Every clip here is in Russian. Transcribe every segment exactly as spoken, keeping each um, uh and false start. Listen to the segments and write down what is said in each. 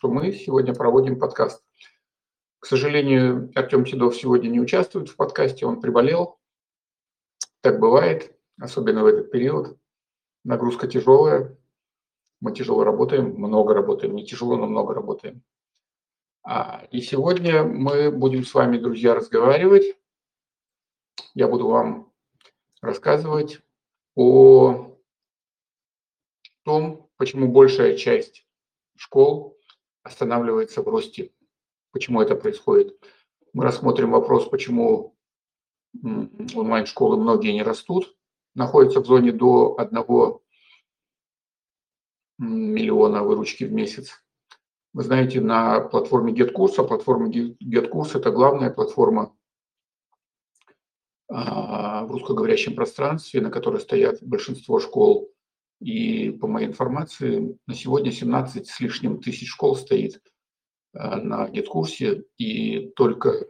что мы сегодня проводим подкаст. К сожалению, Артем Седов сегодня не участвует в подкасте, он приболел. Так бывает, особенно в этот период. Нагрузка тяжелая, мы тяжело работаем, много работаем, не тяжело, но много работаем. И сегодня мы будем с вами, друзья, разговаривать. Я буду вам рассказывать о том, почему большая часть школ останавливается в росте, почему это происходит. Мы рассмотрим вопрос, почему онлайн-школы многие не растут, находятся в зоне до одного миллиона выручки в месяц. Вы знаете, на платформе GetCourse, а платформа GetCourse – это главная платформа в русскоговорящем пространстве, на которой стоят большинство школ. И по моей информации, на сегодня семнадцать с лишним тысяч школ стоит на GetCourse, и только,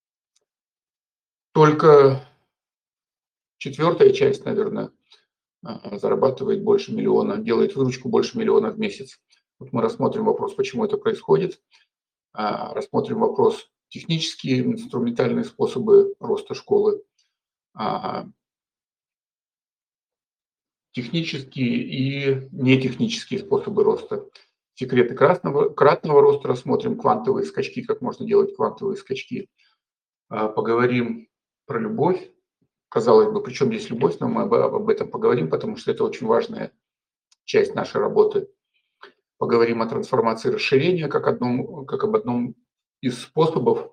только четвертая часть, наверное, зарабатывает больше миллиона, делает выручку больше миллиона в месяц. Вот мы рассмотрим вопрос, почему это происходит, рассмотрим вопрос технические, инструментальные способы роста школы, технические и нетехнические способы роста. Секреты кратного, кратного роста рассмотрим, квантовые скачки, как можно делать квантовые скачки. Поговорим про любовь. Казалось бы, при чем здесь любовь, но мы об этом поговорим, потому что это очень важная часть нашей работы. Поговорим о трансформации расширения как, одном, как об одном из способов,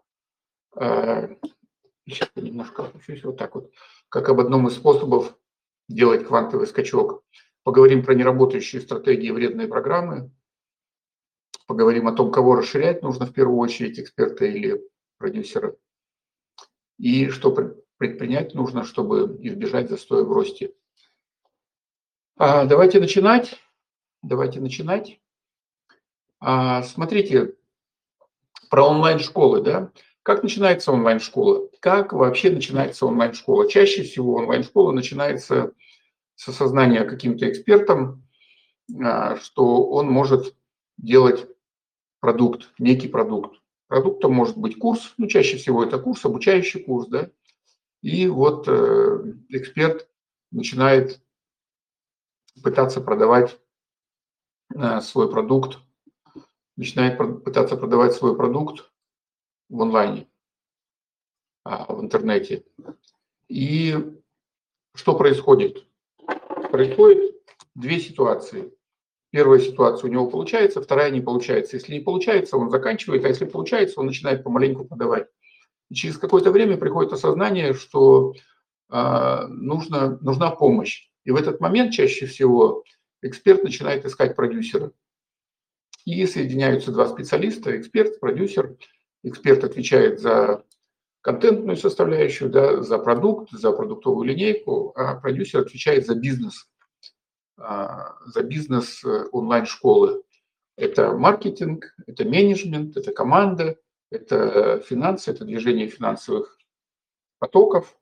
сейчас я немножко опущусь вот так вот, как об одном из способов делать квантовый скачок. Поговорим про неработающие стратегии и вредные программы. Поговорим о том, кого расширять нужно в первую очередь, эксперта или продюсера. И что предпринять нужно, чтобы избежать застоя в росте. А, давайте начинать. Давайте начинать. А, смотрите, про онлайн-школы, да? Как начинается онлайн-школа? Как вообще начинается онлайн-школа? Чаще всего онлайн-школа начинается с осознания каким-то экспертом, что он может делать продукт, некий продукт. Продуктом может быть курс, ну, чаще всего это курс, обучающий курс, да? И вот э, эксперт начинает пытаться продавать э, свой продукт, начинает пытаться продавать свой продукт в онлайне, в интернете. И что происходит? Происходит две ситуации. Первая ситуация у него получается, вторая не получается. Если не получается, он заканчивает, а если получается, он начинает помаленьку продавать. И через какое-то время приходит осознание, что э, нужно, нужна помощь. И в этот момент чаще всего эксперт начинает искать продюсера. И соединяются два специалиста, эксперт, продюсер. Эксперт отвечает за контентную составляющую, да, за продукт, за продуктовую линейку, а продюсер отвечает за бизнес, за бизнес онлайн-школы. Это маркетинг, это менеджмент, это команда, это финансы, это движение финансовых потоков,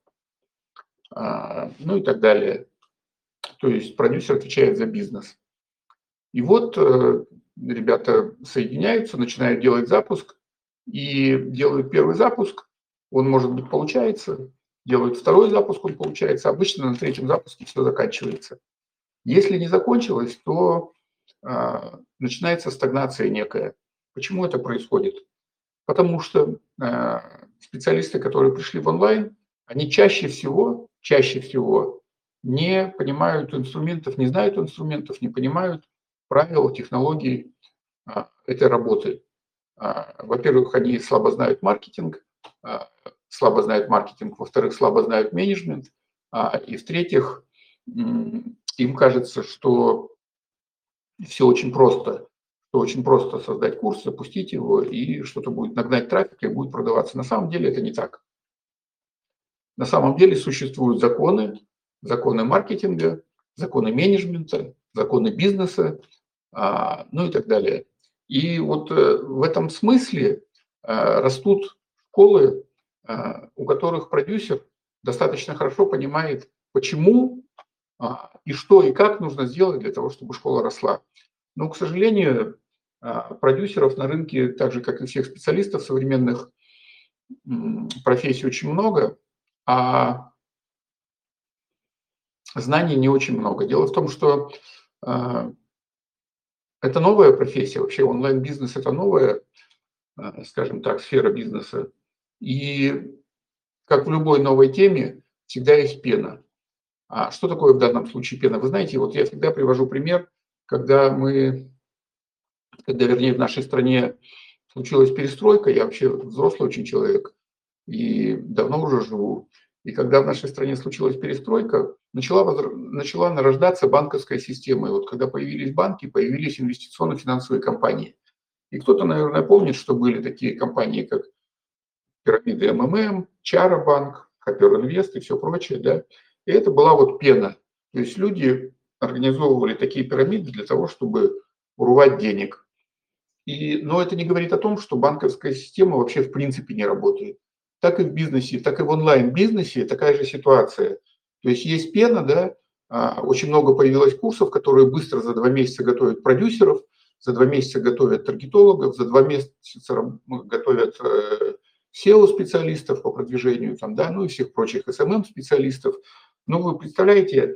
ну и так далее. То есть продюсер отвечает за бизнес. И вот ребята соединяются, начинают делать запуск, и делают первый запуск, он, может быть, получается, делают второй запуск, он получается. Обычно на третьем запуске все заканчивается. Если не закончилось, то э, начинается стагнация некая. Почему это происходит? Потому что э, специалисты, которые пришли в онлайн, они чаще всего, чаще всего не понимают инструментов, не знают инструментов, не понимают правил, технологий э, этой работы. Во-первых, они слабо знают маркетинг, слабо знают маркетинг, во-вторых, слабо знают менеджмент, и в-третьих, им кажется, что все очень просто, что очень просто создать курс, запустить его, и что-то будет нагнать трафик и будет продаваться. На самом деле это не так. На самом деле существуют законы, законы маркетинга, законы менеджмента, законы бизнеса, ну и так далее. И вот в этом смысле растут школы, у которых продюсер достаточно хорошо понимает, почему и что и как нужно сделать для того, чтобы школа росла. Но, к сожалению, Продюсеров на рынке, так же, как и всех специалистов современных, профессий очень много, а знаний не очень много. Дело в том, что это новая профессия, вообще онлайн-бизнес – это новая, скажем так, сфера бизнеса. И как в любой новой теме, всегда есть пена. А что такое в данном случае пена? Вы знаете, вот я всегда привожу пример, когда мы, когда, вернее, в нашей стране случилась перестройка, я вообще взрослый очень человек и давно уже живу. И когда в нашей стране случилась перестройка, начала, возра... начала нарождаться банковская система. И вот когда появились банки, появились инвестиционно-финансовые компании. И кто-то, наверное, помнит, что были такие компании, как Пирамиды эм эм эм, Чаробанк, Хопер Инвест и все прочее. Да? И это была вот пена. То есть люди организовывали такие пирамиды для того, чтобы урвать денег. И, но это не говорит о том, что банковская система вообще в принципе не работает. Так и в бизнесе, так и в онлайн-бизнесе такая же ситуация. То есть есть пена, да, очень много появилось курсов, которые быстро за два месяца готовят продюсеров, за два месяца готовят таргетологов, за два месяца готовят сео-специалистов по продвижению, там, да, ну и всех прочих эс эм эм-специалистов. Ну, вы представляете,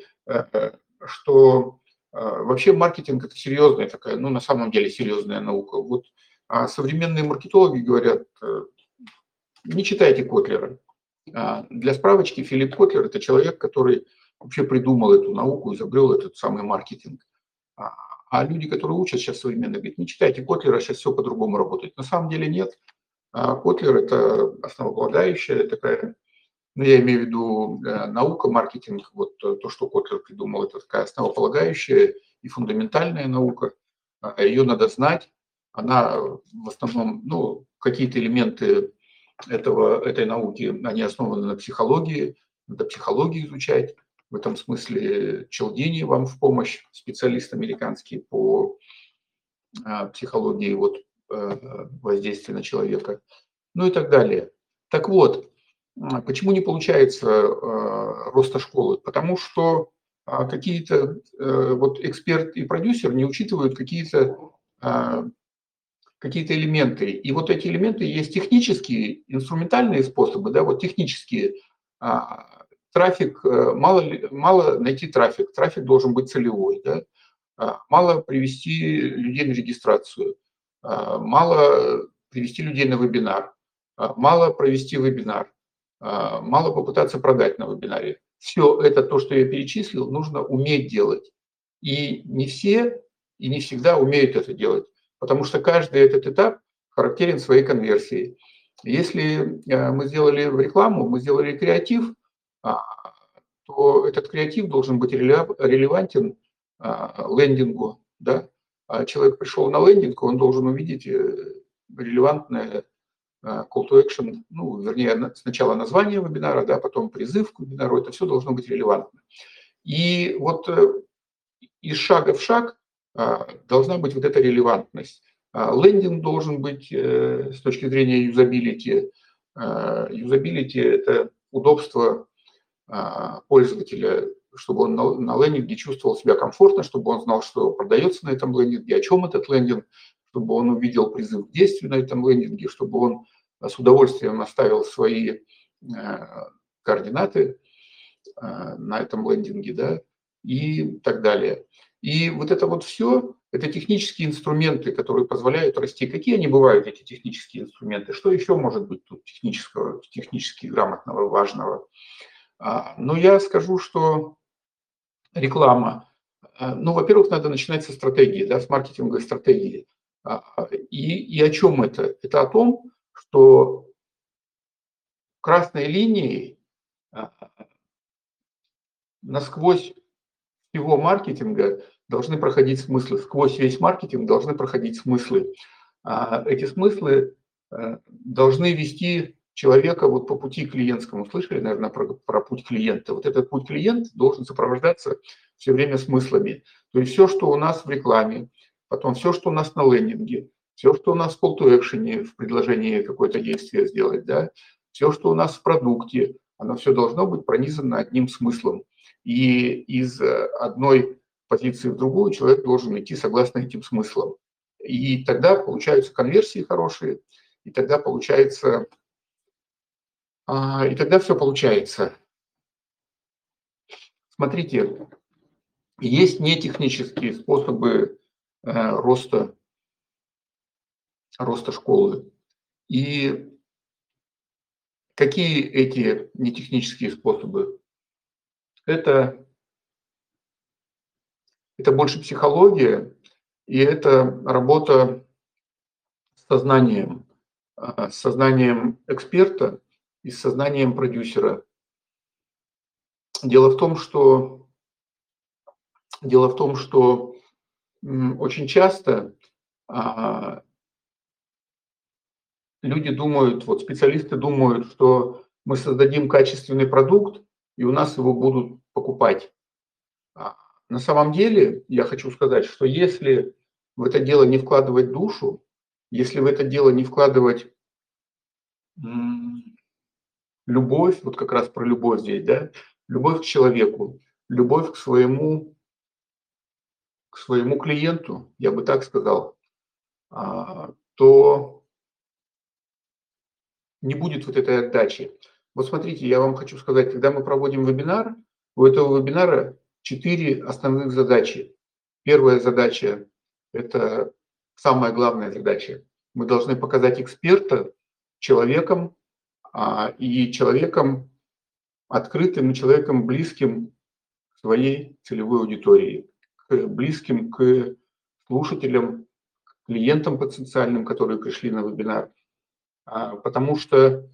что вообще маркетинг – это серьезная такая, ну, на самом деле серьезная наука. Вот а современные маркетологи говорят, не читайте Котлера. Для справочки, Филипп Котлер – это человек, который вообще придумал эту науку, изобрел этот самый маркетинг. А люди, которые учат сейчас современно, говорят, не читайте Котлера, сейчас все по-другому работает. На самом деле нет. Котлер – это основополагающая такая, ну, я имею в виду наука, маркетинг, вот то, что Котлер придумал, это такая основополагающая и фундаментальная наука. Ее надо знать. Она в основном, ну, какие-то элементы этого, этой науки, они основаны на психологии, надо психологию изучать. В этом смысле Челдини вам в помощь, специалист американский по психологии вот, воздействия на человека, ну и так далее. Так вот, почему не получается роста школы? Потому что какие-то вот эксперт и продюсер не учитывают какие-то какие-то элементы. И вот эти элементы есть технические, инструментальные способы, да, вот технические. Трафик, мало, мало найти трафик, трафик должен быть целевой, да. Мало привести людей на регистрацию, мало привести людей на вебинар, мало провести вебинар, мало попытаться продать на вебинаре. Все это, то, что я перечислил, нужно уметь делать. И не все, и не всегда умеют это делать, потому что каждый этот этап характерен своей конверсией. Если мы сделали рекламу, мы сделали креатив, то этот креатив должен быть релевантен лендингу. Да? Человек пришел на лендинг, он должен увидеть релевантное call to action, ну, вернее, сначала название вебинара, да, потом призыв к вебинару, это все должно быть релевантно. И вот из шага в шаг должна быть вот эта релевантность. Лендинг должен быть с точки зрения юзабилити. Юзабилити – это удобство пользователя, чтобы он на лендинге чувствовал себя комфортно, чтобы он знал, что продается на этом лендинге, о чем этот лендинг, чтобы он увидел призыв к действию на этом лендинге, чтобы он с удовольствием оставил свои координаты на этом лендинге, да, и так далее. И вот это вот все, это технические инструменты, которые позволяют расти. Какие они бывают, эти технические инструменты? Что еще может быть тут технического, технически грамотного, важного? Но я скажу, что реклама, ну, во-первых, надо начинать со стратегии, да, с маркетинговой стратегии. И, и о чем это? Это о том, что красной линией насквозь всего маркетинга должны проходить смыслы, сквозь весь маркетинг должны проходить смыслы. Эти смыслы должны вести человека вот по пути клиентскому. Слышали, наверное, про, про путь клиента? Вот этот путь клиента должен сопровождаться все время смыслами. То есть все, что у нас в рекламе, потом все, что у нас на лендинге, все, что у нас в call to action, в предложении какое-то действие сделать, да, все, что у нас в продукте, оно все должно быть пронизано одним смыслом. И из одной позиции в другую человек должен идти согласно этим смыслам. И тогда получаются конверсии хорошие, и тогда получается, и тогда все получается. Смотрите, есть нетехнические способы роста, роста школы. И какие эти нетехнические способы? Это, это больше психология, и это работа с сознанием, с сознанием эксперта и с сознанием продюсера. Дело в том, что, дело в том, что очень часто люди думают, вот специалисты думают, что мы создадим качественный продукт, и у нас его будут покупать. На самом деле, я хочу сказать, что если в это дело не вкладывать душу, если в это дело не вкладывать любовь, вот как раз про любовь здесь, да, любовь к человеку, любовь к своему, к своему клиенту, я бы так сказал, то не будет вот этой отдачи. Вот смотрите, я вам хочу сказать, когда мы проводим вебинар, у этого вебинара четыре основных задачи. Первая задача – это самая главная задача. Мы должны показать эксперта человеком, и человеком открытым, и человеком близким к своей целевой аудитории, к близким к слушателям, к клиентам потенциальным, которые пришли на вебинар. Потому что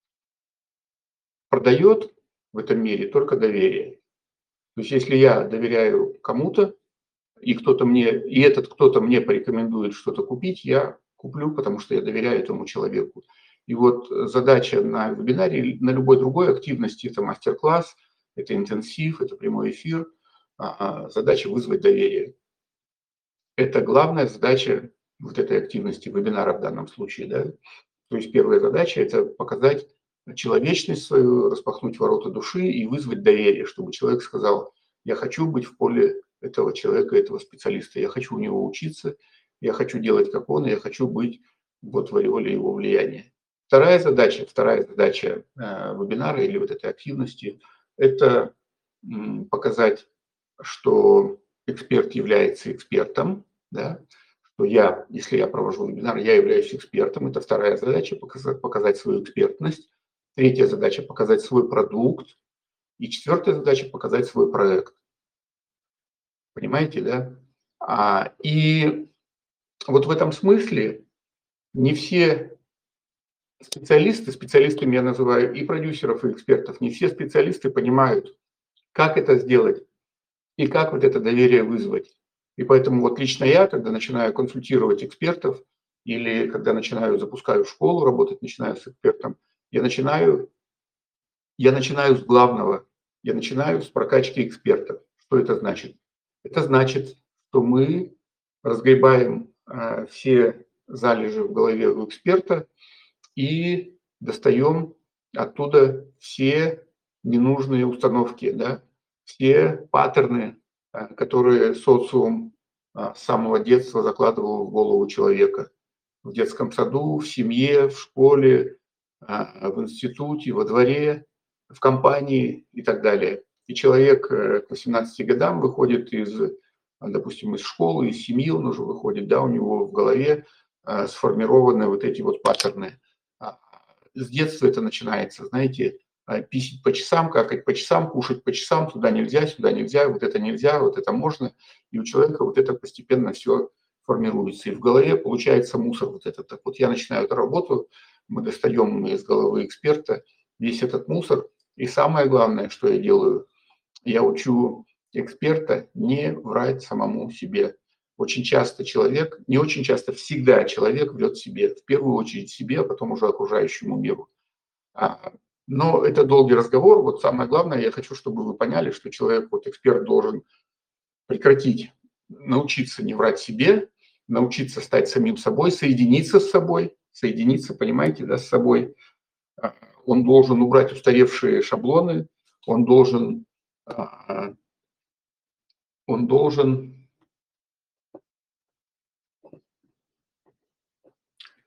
продает в этом мире только доверие. То есть если я доверяю кому-то, и кто-то мне, и этот кто-то мне порекомендует что-то купить, я куплю, потому что я доверяю этому человеку. И вот задача на вебинаре, на любой другой активности, это мастер-класс, это интенсив, это прямой эфир, задача вызвать доверие. Это главная задача вот этой активности вебинара в данном случае. Да? То есть первая задача – это показать человечность свою, распахнуть ворота души и вызвать доверие, чтобы человек сказал: я хочу быть в поле этого человека, этого специалиста, я хочу у него учиться, я хочу делать как он, я хочу быть вот в ореоле его влияния. Вторая задача, вторая задача э, вебинара или вот этой активности – это м, показать, что эксперт является экспертом, да, что я, если я провожу вебинар, я являюсь экспертом. Это вторая задача – показать, показать свою экспертность. Третья задача – показать свой продукт. И четвертая задача – показать свой проект. Понимаете, да? А, и вот в этом смысле не все специалисты, специалистами я называю и продюсеров, и экспертов, не все специалисты понимают, как это сделать и как вот это доверие вызвать. И поэтому вот лично я, когда начинаю консультировать экспертов или когда начинаю, запускаю школу, работать начинаю с экспертом, я начинаю, я начинаю с главного, я начинаю с прокачки экспертов. Что это значит? Это значит, что мы разгребаем э, все залежи в голове у эксперта и достаем оттуда все ненужные установки, да, все паттерны, которые социум с самого детства закладывал в голову человека. В детском саду, в семье, в школе, в институте, во дворе, в компании и так далее. И человек к восемнадцати годам выходит из, допустим, из школы, из семьи он уже выходит, да, у него в голове сформированы вот эти вот паттерны. С детства это начинается, знаете, писать по часам, какать по часам, кушать по часам, туда нельзя, сюда нельзя, вот это нельзя, вот это можно. И у человека вот это постепенно все формируется. И в голове получается мусор вот этот. Так вот я начинаю эту работу, мы достаем из головы эксперта весь этот мусор. И самое главное, что я делаю, я учу эксперта не врать самому себе. Очень часто человек, не очень часто, всегда человек врет себе, в первую очередь себе, а потом уже окружающему миру. Но это долгий разговор. Вот самое главное, я хочу, чтобы вы поняли, что человек, вот эксперт, должен прекратить, научиться не врать себе, научиться стать самим собой, соединиться с собой, соединиться, понимаете, да, с собой. Он должен убрать устаревшие шаблоны, он должен, он должен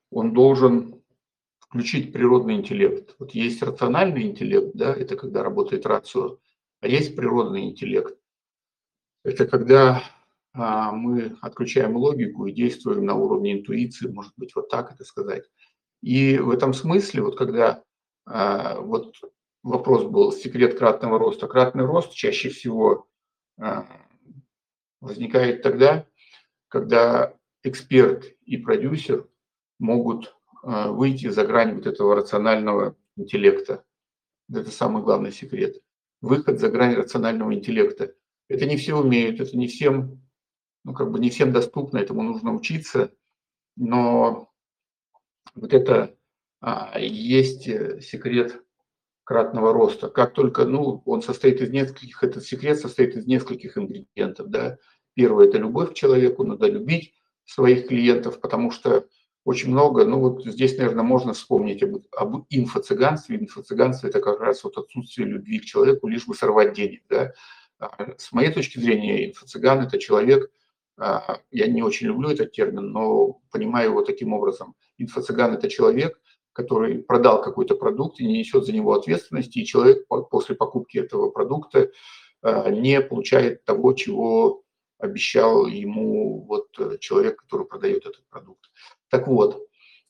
он должен включить природный интеллект. Вот есть рациональный интеллект, да, это когда работает рацио, а есть природный интеллект. Это когда а, мы отключаем логику и действуем на уровне интуиции, может быть, вот так это сказать. И в этом смысле, вот когда а, вот вопрос был секрет кратного роста. Кратный рост чаще всего а, возникает тогда, когда эксперт и продюсер могут а, выйти за грань вот этого рационального интеллекта. Это самый главный секрет. Выход за грань рационального интеллекта. Это не все умеют, это не всем, ну, как бы не всем доступно, этому нужно учиться, но вот это а, есть э, секрет кратного роста. Как только, ну, он состоит из нескольких, этот секрет состоит из нескольких ингредиентов, да. Первое – это любовь к человеку, надо любить своих клиентов, потому что очень много, ну вот здесь, наверное, можно вспомнить об, об инфо-цыганстве. Инфо-цыганство – это как раз вот отсутствие любви к человеку, лишь бы сорвать денег, да. А с моей точки зрения, инфо-цыган – это человек, а, я не очень люблю этот термин, но понимаю его таким образом. Инфо-цыган – это человек, который продал какой-то продукт и не несет за него ответственности, и человек после покупки этого продукта не получает того, чего обещал ему вот человек, который продает этот продукт. Так вот,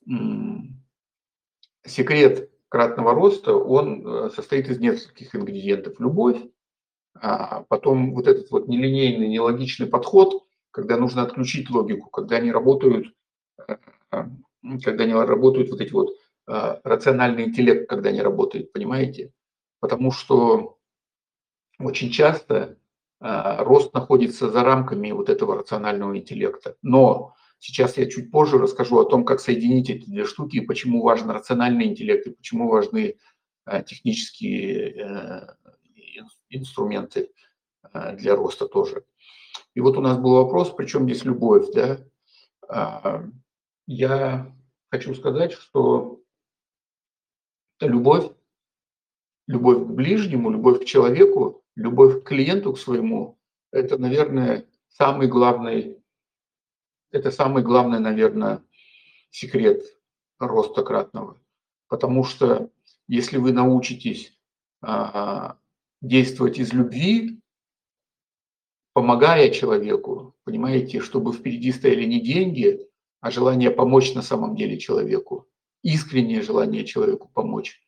секрет кратного роста, он состоит из нескольких ингредиентов. Любовь, а потом вот этот вот нелинейный, нелогичный подход, когда нужно отключить логику, когда не работают, когда не работают вот эти вот рациональный интеллект, когда не работает, понимаете? Потому что очень часто рост находится за рамками вот этого рационального интеллекта. Но сейчас я чуть позже расскажу о том, как соединить эти две штуки, и почему важен рациональный интеллект, и почему важны технические инструменты для роста тоже. И вот у нас был вопрос, причем здесь любовь, да? Я хочу сказать, что любовь, любовь к ближнему, любовь к человеку, любовь к клиенту, к своему, это, наверное, самый главный, это самый главный, наверное, секрет роста кратного. Потому что если вы научитесь а, действовать из любви, помогая человеку, понимаете, чтобы впереди стояли не деньги, а желание помочь на самом деле человеку, искреннее желание человеку помочь.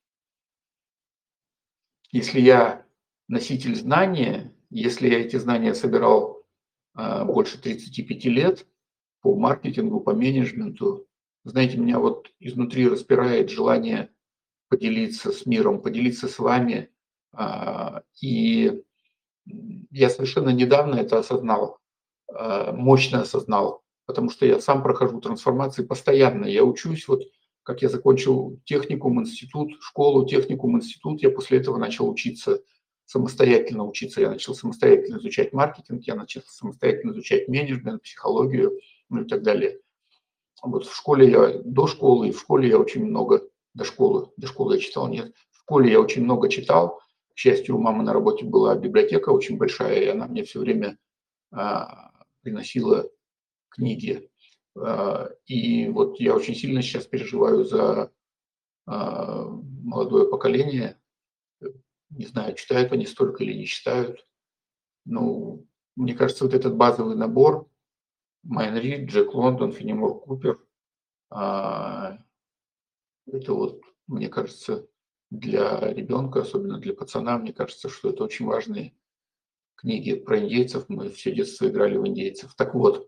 Если я носитель знания, если я эти знания собирал а, больше тридцати пяти лет по маркетингу, по менеджменту, знаете, меня вот изнутри распирает желание поделиться с миром, поделиться с вами. А, и я совершенно недавно это осознал, а, мощно осознал, потому что я сам прохожу трансформации постоянно. Я учусь, вот как я закончил техникум, институт, школу, техникум, институт, я после этого начал учиться, самостоятельно учиться. Я начал самостоятельно изучать маркетинг, я начал самостоятельно изучать менеджмент, психологию, ну и так далее. Вот в школе я, до школы и в школе я очень много, до школы, до школы я читал, нет, в школе я очень много читал. К счастью, у мамы на работе была библиотека очень большая, и она мне все время а, приносила книги. И вот я очень сильно сейчас переживаю за молодое поколение. Не знаю, читают они столько или не читают. Ну, мне кажется, вот этот базовый набор Майн Рид, Джек Лондон, Фенемор Купер, это вот, мне кажется, для ребенка, особенно для пацана, мне кажется, что это очень важные книги про индейцев. Мы все детство играли в индейцев. Так вот,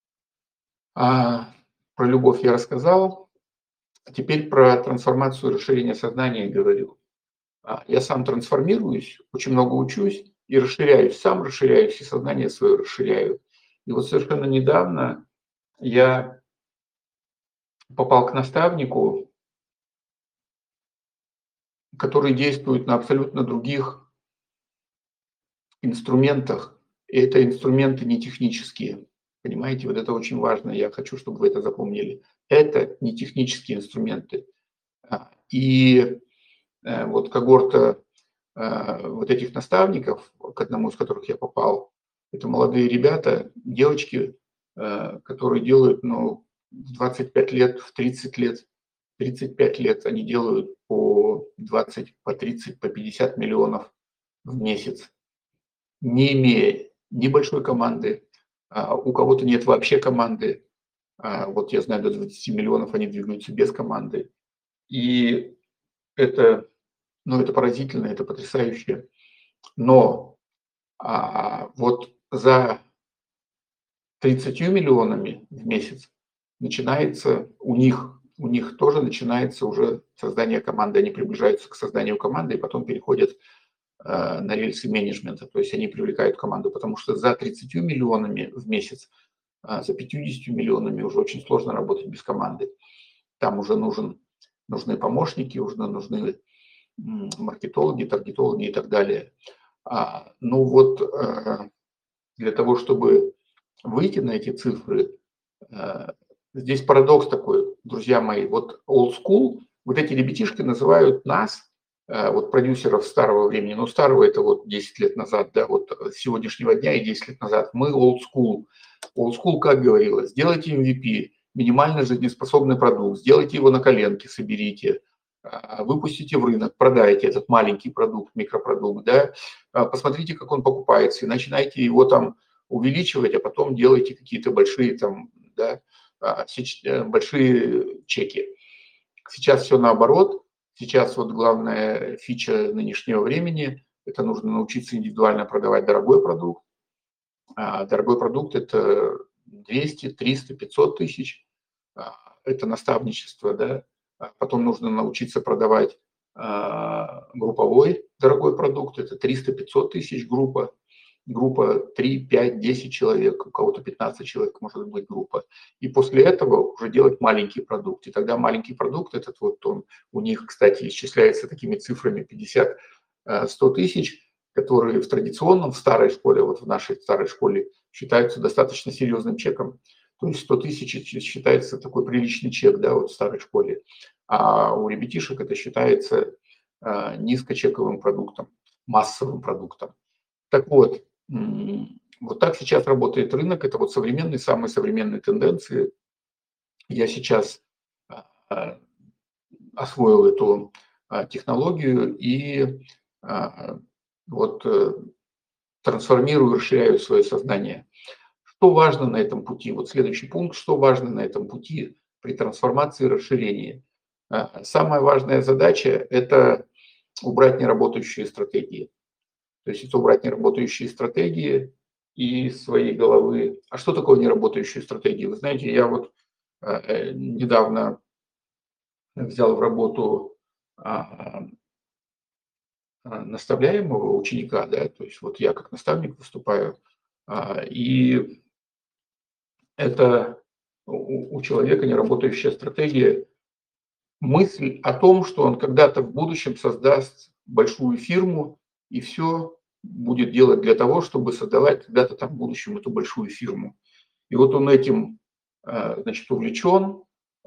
а про любовь я рассказал. А теперь про трансформацию и расширение сознания говорю. Я сам трансформируюсь, очень много учусь и расширяюсь, сам расширяюсь, и сознание свое расширяю. И вот совершенно недавно я попал к наставнику, который действует на абсолютно других инструментах. И это инструменты не технические. Понимаете, вот это очень важно. Я хочу, чтобы вы это запомнили. Это не технические инструменты. И вот когорта вот этих наставников, к одному из которых я попал, это молодые ребята, девочки, которые делают, ну, в двадцать пять лет, в тридцать лет, тридцать пять лет они делают по двадцать, по тридцать, по пятьдесят миллионов в месяц, не имея ни большой команды, а у кого-то нет вообще команды. А вот я знаю, до двадцати миллионов они двигаются без команды. И это, ну, это поразительно, это потрясающе. Но а, вот за тридцатью миллионами в месяц начинается у них, у них тоже начинается уже создание команды. Они приближаются к созданию команды и потом переходят э, на рельсы менеджмента. То есть они привлекают команду, потому что за тридцатью миллионами в месяц, э, за пятьюдесятью миллионами уже очень сложно работать без команды. Там уже нужен, нужны помощники, уже нужны маркетологи, таргетологи и так далее. А, ну вот э, для того, чтобы выйти на эти цифры, э, здесь парадокс такой, друзья мои. Вот old school, вот эти ребятишки называют нас, э, вот продюсеров старого времени, ну старого это вот десять лет назад, да, вот с сегодняшнего дня и десять лет назад, мы old school. Old school, как говорилось, сделайте эм ви пи, минимально жизнеспособный продукт, сделайте его на коленке, соберите, выпустите в рынок, продайте этот маленький продукт, микропродукт, да, посмотрите, как он покупается, и начинайте его там увеличивать, а потом делайте какие-то большие там, да, большие чеки. Сейчас все наоборот. Сейчас вот главная фича нынешнего времени – это нужно научиться индивидуально продавать дорогой продукт. А дорогой продукт – это двести, триста, пятьсот тысяч. Это наставничество, да. Потом нужно научиться продавать групповой дорогой продукт. Это триста-пятьсот тысяч группа. Группа три, пять, десять человек, у кого-то пятнадцать человек может быть группа. И после этого уже делать маленький продукт. И тогда маленький продукт, этот вот он у них, кстати, исчисляется такими цифрами пятьдесят-сто тысяч, которые в традиционном, в старой школе, вот в нашей старой школе, считаются достаточно серьезным чеком. То есть сто тысяч считается такой приличный чек, да, вот в старой школе. А у ребятишек это считается низкочековым продуктом, массовым продуктом. Так вот, вот так сейчас работает рынок. Это вот современные, самые современные тенденции. Я сейчас освоил эту технологию и вот трансформирую, расширяю свое сознание. Что важно на этом пути? Вот следующий пункт. Что важно на этом пути при трансформации и расширении? Самая важная задача – это убрать неработающие стратегии. То есть это убрать неработающие стратегии из своей головы. А что такое неработающие стратегии? Вы знаете, я вот э, недавно взял в работу а, а, наставляемого ученика, да, то есть вот я как наставник выступаю, а, и это у, у человека неработающая стратегия, мысль о том, что он когда-то в будущем создаст большую фирму и все будет делать для того, чтобы создавать когда-то там в будущем эту большую фирму. И вот он этим, значит, увлечен,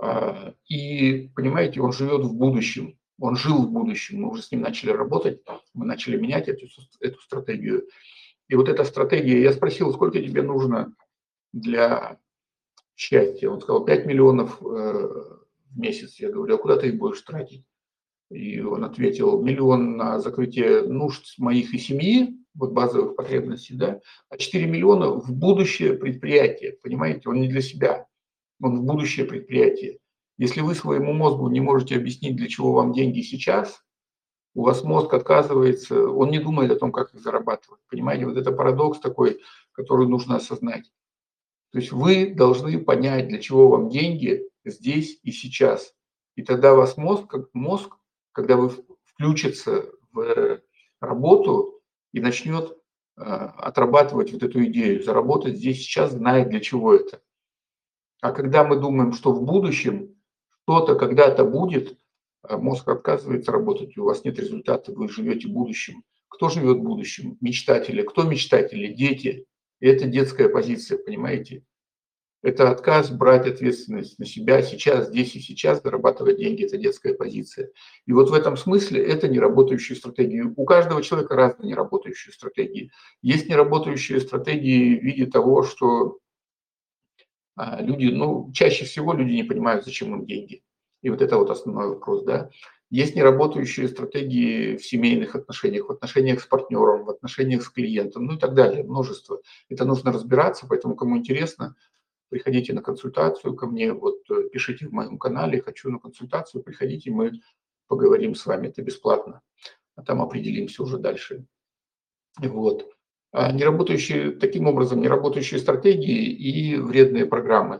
и, понимаете, он живет в будущем, он жил в будущем, мы уже с ним начали работать, мы начали менять эту, эту стратегию. И вот эта стратегия, я спросил, сколько тебе нужно для счастья? Он сказал, пять миллионов в месяц. Я говорю, а куда ты их будешь тратить? И он ответил, миллион на закрытие нужд моих и семьи, вот базовых потребностей, да, а четыре миллиона в будущее предприятие, понимаете, он не для себя, он в будущее предприятие. Если вы своему мозгу не можете объяснить, для чего вам деньги сейчас, у вас мозг отказывается, он не думает о том, как их зарабатывать, понимаете, вот это парадокс такой, который нужно осознать. То есть вы должны понять, для чего вам деньги здесь и сейчас. И тогда вас мозг, как мозг, когда вы включится в работу и начнет отрабатывать вот эту идею, заработать здесь сейчас, знает, для чего это. А когда мы думаем, что в будущем что-то когда-то будет, мозг отказывается работать, у вас нет результата, вы живете будущим. Кто живет будущим? Мечтатели. Кто мечтатели? Дети. И это детская позиция, понимаете? Это отказ брать ответственность на себя сейчас, здесь и сейчас, зарабатывать деньги – это детская позиция. И вот в этом смысле это неработающие стратегии. У каждого человека разные неработающие стратегии. Есть неработающие стратегии в виде того, что А люди, ну, чаще всего люди не понимают, зачем им деньги. И вот это вот основной вопрос, да. Есть неработающие стратегии в семейных отношениях, в отношениях с партнером, в отношениях с клиентом, ну и так далее, множество. Это нужно разбираться, поэтому кому интересно, приходите на консультацию ко мне, вот э, пишите в моем канале, хочу на консультацию, приходите, мы поговорим с вами, это бесплатно, а там определимся уже дальше. Вот. А неработающие, таким образом, неработающие стратегии и вредные программы.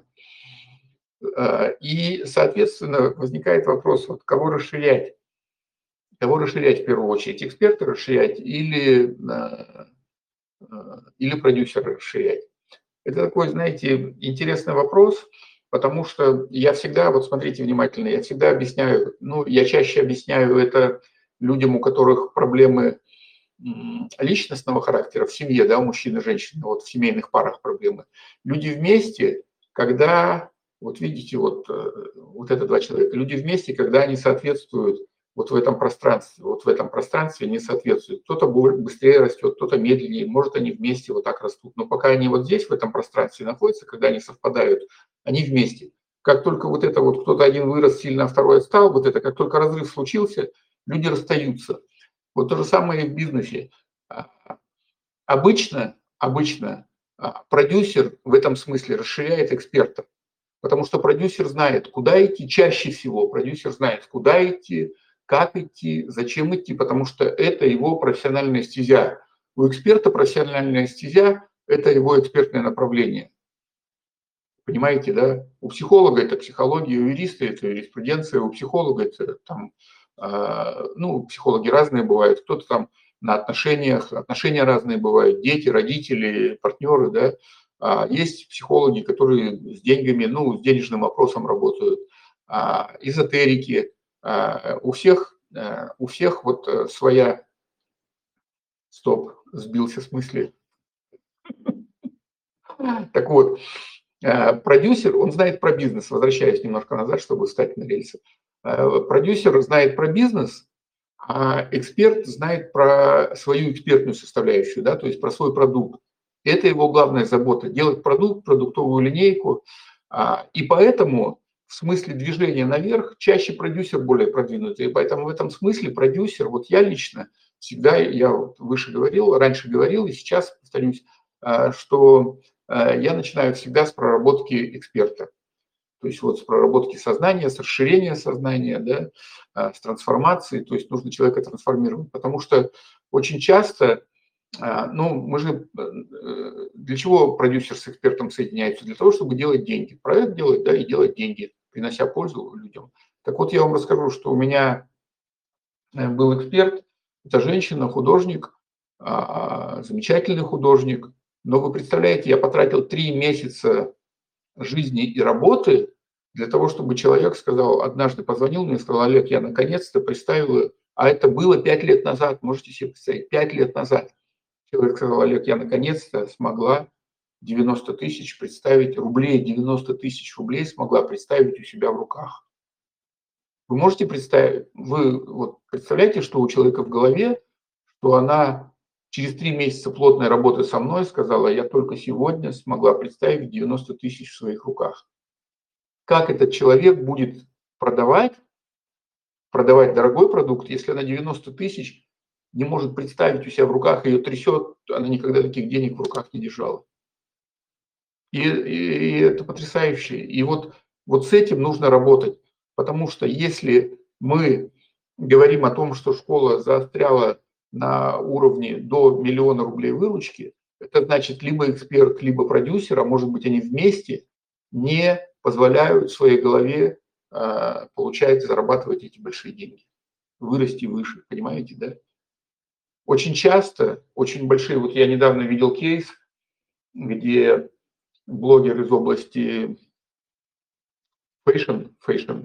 А, И, соответственно, возникает вопрос, вот кого расширять? Кого расширять в первую очередь? Эксперта расширять или, а, а, или продюсера расширять? Это такой, знаете, интересный вопрос, потому что я всегда, вот смотрите внимательно, я всегда объясняю, ну, я чаще объясняю это людям, у которых проблемы м, личностного характера в семье, да, у мужчин и женщин, вот в семейных парах проблемы. Люди вместе, когда, вот видите, вот, э, вот это два человека, люди вместе, когда они соответствуют вот в этом пространстве, вот в этом пространстве не соответствуют. Кто-то быстрее растет, кто-то медленнее, может, они вместе вот так растут. Но пока они вот здесь, в этом пространстве находятся, когда они совпадают, они вместе. Как только вот это вот кто-то один вырос сильно, а второй отстал, вот это, как только разрыв случился, люди расстаются. Вот то же самое и в бизнесе. А, Обычно, обычно а, продюсер в этом смысле расширяет эксперта, потому что продюсер знает, куда идти, чаще всего продюсер знает, куда идти, как идти, зачем идти, потому что это его профессиональная стезя. У эксперта профессиональная стезя – это его экспертное направление. Понимаете, да? У психолога это психология, у юриста это юриспруденция, у психолога это там, э, ну, психологи разные бывают, кто-то там на отношениях, отношения разные бывают, дети, родители, партнеры, да. А есть психологи, которые с деньгами, ну, с денежным вопросом работают, а, эзотерики. А, у всех, а, у всех вот э, своя, стоп, сбился с мысли. Так вот, Э, продюсер, он знает про бизнес, возвращаюсь немножко назад, чтобы встать на рельсы. Э, Продюсер знает про бизнес, а эксперт знает про свою экспертную составляющую, да, то есть про свой продукт. Это его главная забота – делать продукт, продуктовую линейку. А, И поэтому в смысле движения наверх чаще продюсер более продвинутый. И поэтому в этом смысле продюсер, вот я лично всегда, я вот выше говорил, раньше говорил, и сейчас повторюсь, а, что а, я начинаю всегда с проработки эксперта. То есть вот с проработки сознания, с расширения сознания, да, а, с трансформации. То есть нужно человека трансформировать. Потому что очень часто, а, ну, мы же, э, для чего продюсер с экспертом соединяется? Для того, чтобы делать деньги. Проект делать, да, и делать деньги, принося пользу людям. Так вот, я вам расскажу, что у меня э, был эксперт, это женщина, художник, а, замечательный художник. Но вы представляете, я потратил три месяца жизни и работы для того, чтобы человек сказал, однажды позвонил мне и сказал: Олег, я наконец-то представил, а это было пять лет назад, можете себе представить, пять лет назад. Человек сказал: Олег, я наконец-то смогла девяносто тысяч представить рублей, девяносто тысяч рублей смогла представить у себя в руках. Вы можете представить, вы вот представляете, что у человека в голове, что она через три месяца плотной работы со мной сказала: я только сегодня смогла представить девяносто тысяч в своих руках. Как этот человек будет продавать, продавать дорогой продукт, если она девяносто тысяч не может представить у себя в руках, ее трясет, она никогда таких денег в руках не держала. И, и, и это потрясающе. И вот, вот с этим нужно работать, потому что если мы говорим о том, что школа заостряла на уровне до миллиона рублей выручки, это значит либо эксперт, либо продюсер, а может быть они вместе не позволяют своей голове э, получать, зарабатывать эти большие деньги, вырасти выше, понимаете, да? Очень часто, очень большие, вот я недавно видел кейс, где блогер из области фэшн, фэшн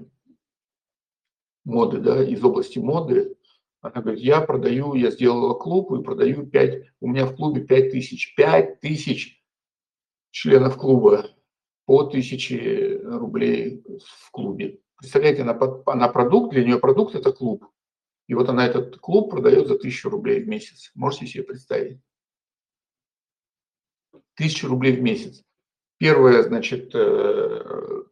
моды, да, из области моды, она говорит, я продаю, я сделала клуб и продаю пять, у меня в клубе пять тысяч, пять тысяч членов клуба, по тысяче рублей в клубе. Представляете, она, она продукт, для нее продукт это клуб. И вот она этот клуб продает за тысячу рублей в месяц. Можете себе представить? Тысячу рублей в месяц. Первое, значит, э,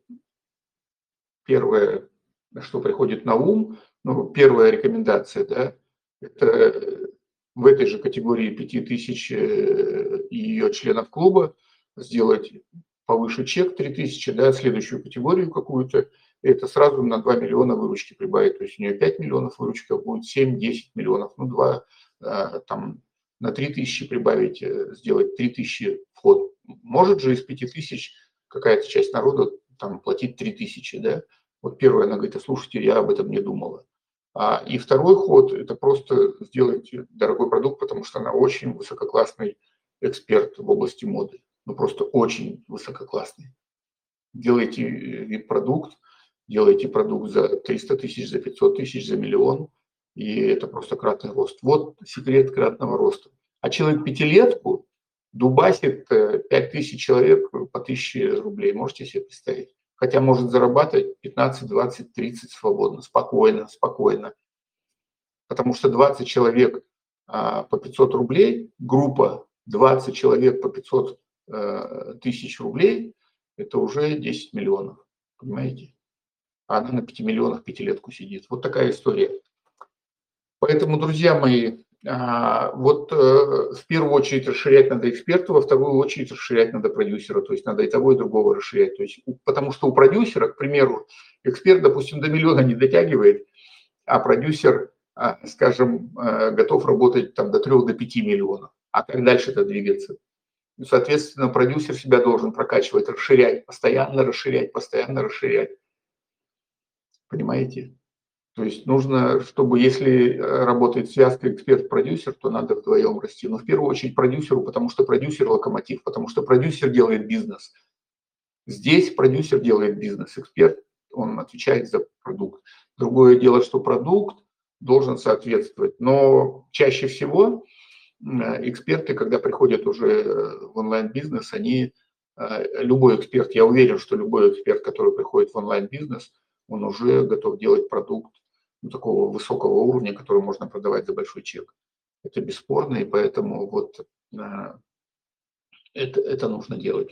первое, что приходит на ум, ну, первая рекомендация, да, это в этой же категории пяти тысяч э, и ее членов клуба сделать повыше чек три тысячи, да, следующую категорию какую-то, это сразу на два миллиона выручки прибавить. То есть у нее пять миллионов выручка, будет семь-десять миллионов, ну, два, там, на три тысячи прибавить, э, сделать три тысячи вход. Может же из пяти тысяч какая-то часть народа там платить три тысячи, да. Вот первое, она говорит: слушайте, я об этом не думала. А, и второй ход – это просто сделать дорогой продукт, потому что она очень высококлассный эксперт в области моды. Ну, просто очень высококлассный. Делайте продукт, делайте продукт за триста тысяч, за пятьсот тысяч, за миллион, и это просто кратный рост. Вот секрет кратного роста. А человек пятилетку дубасит пять тысяч человек по тысяче рублей. Можете себе представить? Хотя может зарабатывать пятнадцать, двадцать, тридцать свободно, спокойно, спокойно. Потому что двадцать человек а, по пятьсот рублей, группа двадцать человек по пятьсот а, тысяч рублей, это уже десять миллионов, понимаете? А она на пяти миллионах пятилетку сидит. Вот такая история. Поэтому, друзья мои, а, вот в первую очередь расширять надо эксперта, во вторую очередь расширять надо продюсера, то есть надо и того, и другого расширять. То есть, потому что у продюсера, к примеру, эксперт, допустим, до миллиона не дотягивает, а продюсер, скажем, готов работать там до трех, до пяти миллионов. А как дальше-то двигаться? Ну, соответственно, продюсер себя должен прокачивать, расширять, постоянно расширять, постоянно расширять. Понимаете? То есть нужно, чтобы если работает связка эксперт-продюсер, то надо вдвоем расти. Но в первую очередь продюсеру, потому что продюсер локомотив, потому что продюсер делает бизнес. Здесь продюсер делает бизнес, эксперт, он отвечает за продукт. Другое дело, что продукт должен соответствовать. Но чаще всего эксперты, когда приходят уже в онлайн-бизнес, они, любой эксперт, я уверен, что любой эксперт, который приходит в онлайн-бизнес, он уже готов делать продукт, ну, такого высокого уровня, который можно продавать за большой чек. Это бесспорно, и поэтому вот это, это нужно делать.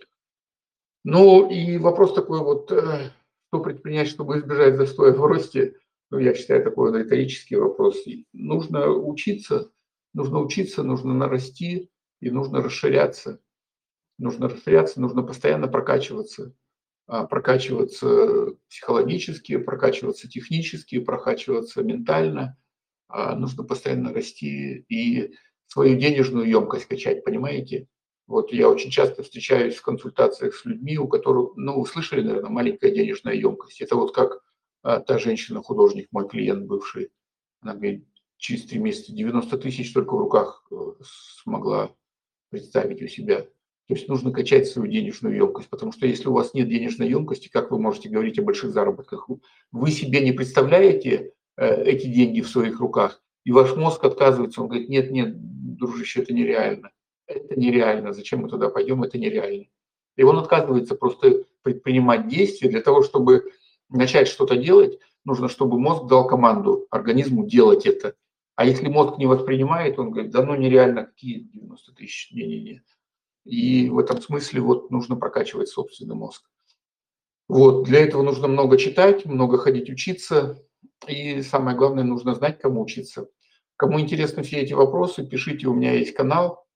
Ну и вопрос такой вот, что предпринять, чтобы избежать застоя в росте, ну, я считаю, такой риторический вопрос. Нужно учиться, нужно учиться, нужно нарасти и нужно расширяться. Нужно расширяться, нужно постоянно прокачиваться. Прокачиваться психологически, прокачиваться технически, прокачиваться ментально. Нужно постоянно расти и свою денежную емкость качать, понимаете? Вот я очень часто встречаюсь в консультациях с людьми, у которых, ну, вы слышали, наверное, маленькая денежная емкость. Это вот как а, та женщина-художник, мой клиент бывший. Она говорит, через три месяца девяносто тысяч только в руках смогла представить у себя. То есть нужно качать свою денежную емкость, потому что если у вас нет денежной емкости, как вы можете говорить о больших заработках? Вы себе не представляете э, эти деньги в своих руках, и ваш мозг отказывается, он говорит, нет, нет, дружище, это нереально. Это нереально, зачем мы туда пойдем, это нереально. И он отказывается просто предпринимать действия для того, чтобы начать что-то делать, нужно, чтобы мозг дал команду организму делать это. А если мозг не воспринимает, он говорит, да ну нереально, какие девяносто тысяч, не-не-не. И в этом смысле вот нужно прокачивать собственный мозг. Вот, для этого нужно много читать, много ходить учиться. И самое главное, нужно знать, кому учиться. Кому интересны все эти вопросы, пишите, у меня есть канал.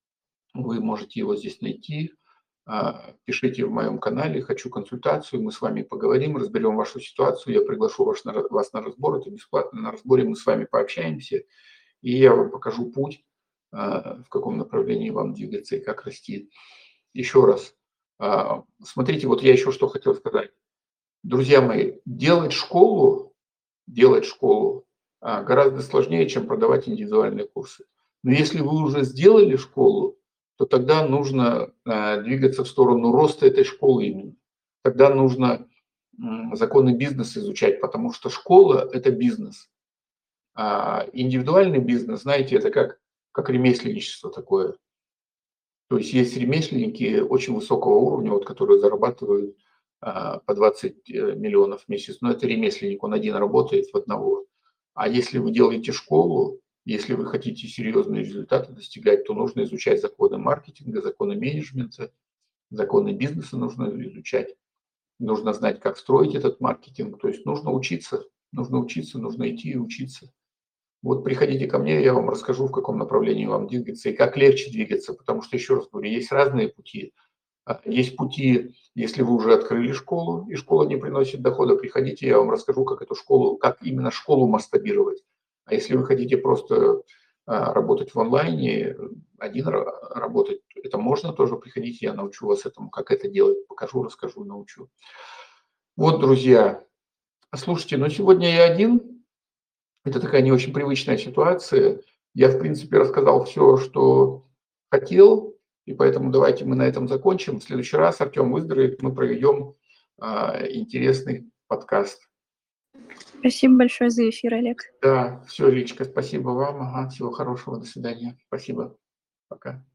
Вы можете его здесь найти. Пишите в моем канале, хочу консультацию, мы с вами поговорим, разберем вашу ситуацию, я приглашу вас на, вас на разбор, это бесплатно, на разборе мы с вами пообщаемся, и я вам покажу путь, в каком направлении вам двигаться и как расти. Еще раз, смотрите, вот я еще что хотел сказать. Друзья мои, делать школу, делать школу гораздо сложнее, чем продавать индивидуальные курсы. Но если вы уже сделали школу, то тогда нужно двигаться в сторону роста этой школы именно. Тогда нужно законы бизнеса изучать, потому что школа – это бизнес. А индивидуальный бизнес, знаете, это как, как ремесленничество такое. То есть есть ремесленники очень высокого уровня, вот, которые зарабатывают а, по двадцать миллионов в месяц. Но это ремесленник, он один работает в одного. А если вы делаете школу, если вы хотите серьезные результаты достигать, то нужно изучать законы маркетинга, законы менеджмента, законы бизнеса нужно изучать, нужно знать, как строить этот маркетинг. То есть нужно учиться, нужно учиться, нужно идти и учиться. Вот приходите ко мне, я вам расскажу, в каком направлении вам двигаться и как легче двигаться, потому что, еще раз говорю, есть разные пути. Есть пути, если вы уже открыли школу, и школа не приносит дохода, приходите, я вам расскажу, как эту школу, как именно школу масштабировать. А если вы хотите просто работать в онлайне, один работать, это можно тоже, приходите, я научу вас этому, как это делать, покажу, расскажу, научу. Вот, друзья, слушайте, ну сегодня я один. Это такая не очень привычная ситуация. Я, в принципе, рассказал все, что хотел, и поэтому давайте мы на этом закончим. В следующий раз Артем выздоровеет, мы проведем а, интересный подкаст. Спасибо большое за эфир, Олег. Да, все, Личка, спасибо вам. Ага, всего хорошего, до свидания. Спасибо. Пока.